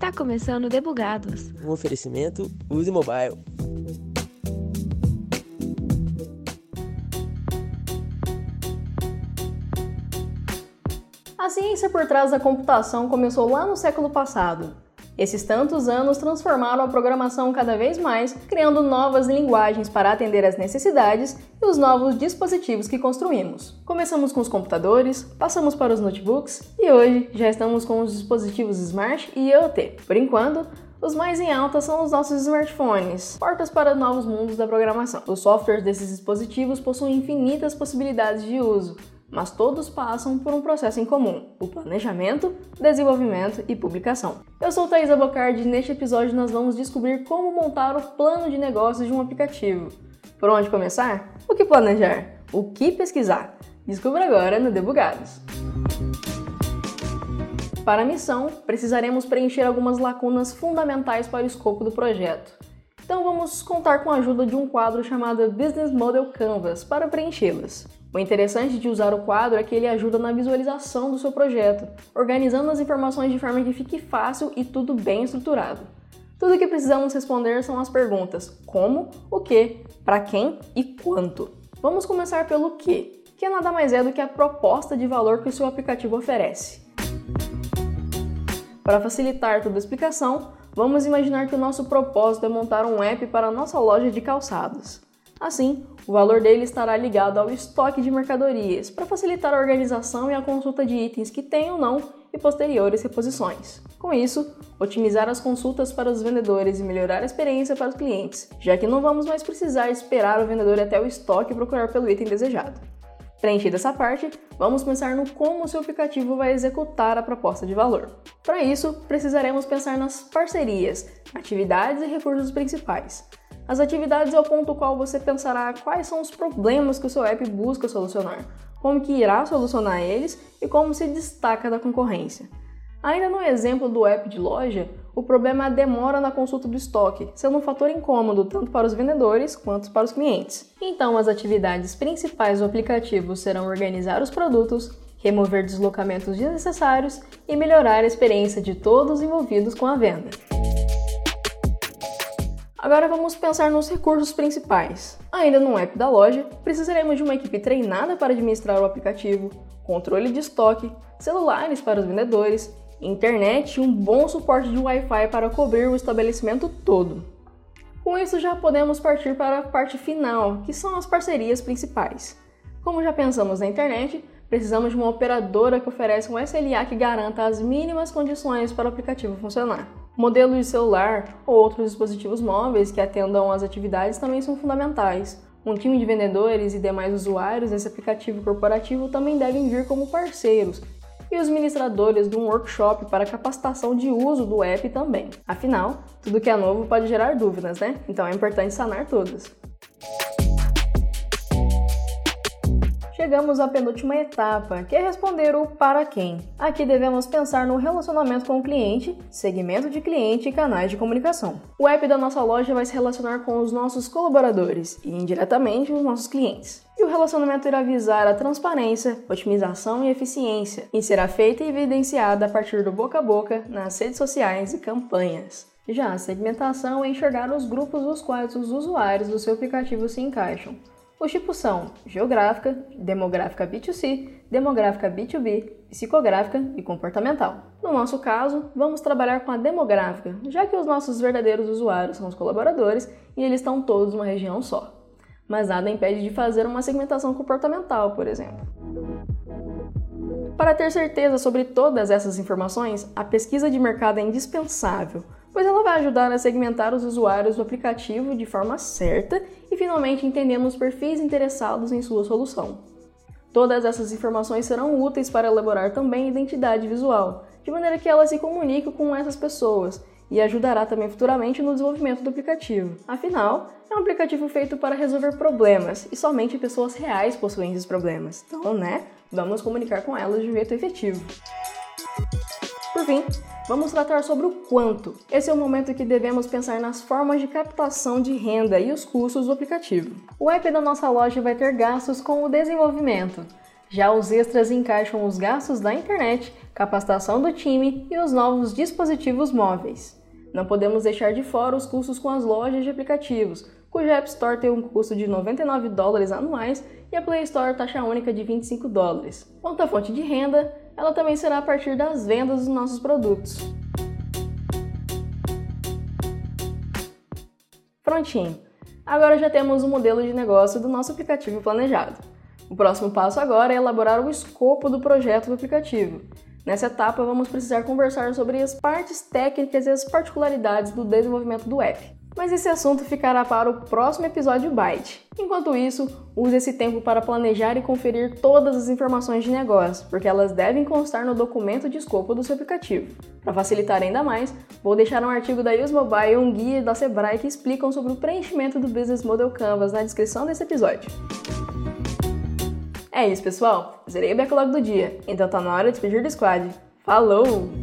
Está começando Debugados. Um oferecimento Use Mobile. A ciência por trás da computação começou lá no século passado. Esses tantos anos transformaram a programação cada vez mais, criando novas linguagens para atender às necessidades e os novos dispositivos que construímos. Começamos com os computadores, passamos para os notebooks e hoje já estamos com os dispositivos Smart e IoT. Por enquanto, os mais em alta são os nossos smartphones, portas para novos mundos da programação. Os softwares desses dispositivos possuem infinitas possibilidades de uso, mas todos passam por um processo em comum: o planejamento, desenvolvimento e publicação. Eu sou Thaisa Bocardi e neste episódio nós vamos descobrir como montar o plano de negócios de um aplicativo. Por onde começar? O que planejar? O que pesquisar? Descubra agora no Debugados. Para a missão, precisaremos preencher algumas lacunas fundamentais para o escopo do projeto. Então vamos contar com a ajuda de um quadro chamado Business Model Canvas para preenchê-las. O interessante de usar o quadro é que ele ajuda na visualização do seu projeto, organizando as informações de forma que fique fácil e tudo bem estruturado. Tudo o que precisamos responder são as perguntas como, o que, para quem e quanto. Vamos começar pelo que nada mais é do que a proposta de valor que o seu aplicativo oferece. Para facilitar toda a explicação, vamos imaginar que o nosso propósito é montar um app para a nossa loja de calçados. Assim, o valor dele estará ligado ao estoque de mercadorias, para facilitar a organização e a consulta de itens que têm ou não e posteriores reposições. Com isso, otimizar as consultas para os vendedores e melhorar a experiência para os clientes, já que não vamos mais precisar esperar o vendedor ir até o estoque e procurar pelo item desejado. Preenchida essa parte, vamos pensar no como o seu aplicativo vai executar a proposta de valor. Para isso, precisaremos pensar nas parcerias, atividades e recursos principais. As atividades é o ponto qual você pensará quais são os problemas que o seu app busca solucionar, como que irá solucionar eles e como se destaca da concorrência. Ainda no exemplo do app de loja, o problema é a demora na consulta do estoque, sendo um fator incômodo tanto para os vendedores quanto para os clientes. Então, as atividades principais do aplicativo serão organizar os produtos, remover deslocamentos desnecessários e melhorar a experiência de todos os envolvidos com a venda. Agora vamos pensar nos recursos principais. Ainda no app da loja, precisaremos de uma equipe treinada para administrar o aplicativo, controle de estoque, celulares para os vendedores, internet e um bom suporte de Wi-Fi para cobrir o estabelecimento todo. Com isso já podemos partir para a parte final, que são as parcerias principais. Como já pensamos na internet, precisamos de uma operadora que ofereça um SLA que garanta as mínimas condições para o aplicativo funcionar. Modelos de celular ou outros dispositivos móveis que atendam às atividades também são fundamentais. Um time de vendedores e demais usuários desse aplicativo corporativo também devem vir como parceiros, e os ministradores de um workshop para capacitação de uso do app também. Afinal, tudo que é novo pode gerar dúvidas, né? Então é importante sanar todas. Chegamos à penúltima etapa, que é responder o para quem. Aqui devemos pensar no relacionamento com o cliente, segmento de cliente e canais de comunicação. O app da nossa loja vai se relacionar com os nossos colaboradores e, indiretamente, os nossos clientes. E o relacionamento irá visar a transparência, otimização e eficiência, e será feita e evidenciada a partir do boca a boca nas redes sociais e campanhas. Já a segmentação é enxergar os grupos nos quais os usuários do seu aplicativo se encaixam. Os tipos são geográfica, demográfica B2C, demográfica B2B, psicográfica e comportamental. No nosso caso, vamos trabalhar com a demográfica, já que os nossos verdadeiros usuários são os colaboradores e eles estão todos numa região só. Mas nada impede de fazer uma segmentação comportamental, por exemplo. Para ter certeza sobre todas essas informações, a pesquisa de mercado é indispensável, pois ela vai ajudar a segmentar os usuários do aplicativo de forma certa e finalmente entendemos os perfis interessados em sua solução. Todas essas informações serão úteis para elaborar também identidade visual, de maneira que ela se comunique com essas pessoas e ajudará também futuramente no desenvolvimento do aplicativo. Afinal, é um aplicativo feito para resolver problemas e somente pessoas reais possuem esses problemas. Então, vamos comunicar com elas de um jeito efetivo. Por fim, vamos tratar sobre o quanto. Esse é o momento que devemos pensar nas formas de captação de renda e os custos do aplicativo. O app da nossa loja vai ter gastos com o desenvolvimento. Já os extras encaixam os gastos da internet, capacitação do time e os novos dispositivos móveis. Não podemos deixar de fora os custos com as lojas de aplicativos, cuja App Store tem um custo de $99 anuais e a Play Store taxa única de $25. Quanto à fonte de renda, ela também será a partir das vendas dos nossos produtos. Prontinho! Agora já temos o modelo de negócio do nosso aplicativo planejado. O próximo passo agora é elaborar o escopo do projeto do aplicativo. Nessa etapa, vamos precisar conversar sobre as partes técnicas e as particularidades do desenvolvimento do app. Mas esse assunto ficará para o próximo episódio Byte. Enquanto isso, use esse tempo para planejar e conferir todas as informações de negócio, porque elas devem constar no documento de escopo do seu aplicativo. Para facilitar ainda mais, vou deixar um artigo da Use Mobile e um guia da Sebrae que explicam sobre o preenchimento do Business Model Canvas na descrição desse episódio. É isso, pessoal! Zerei o backlog do dia, então tá na hora de despedir do squad. Falou!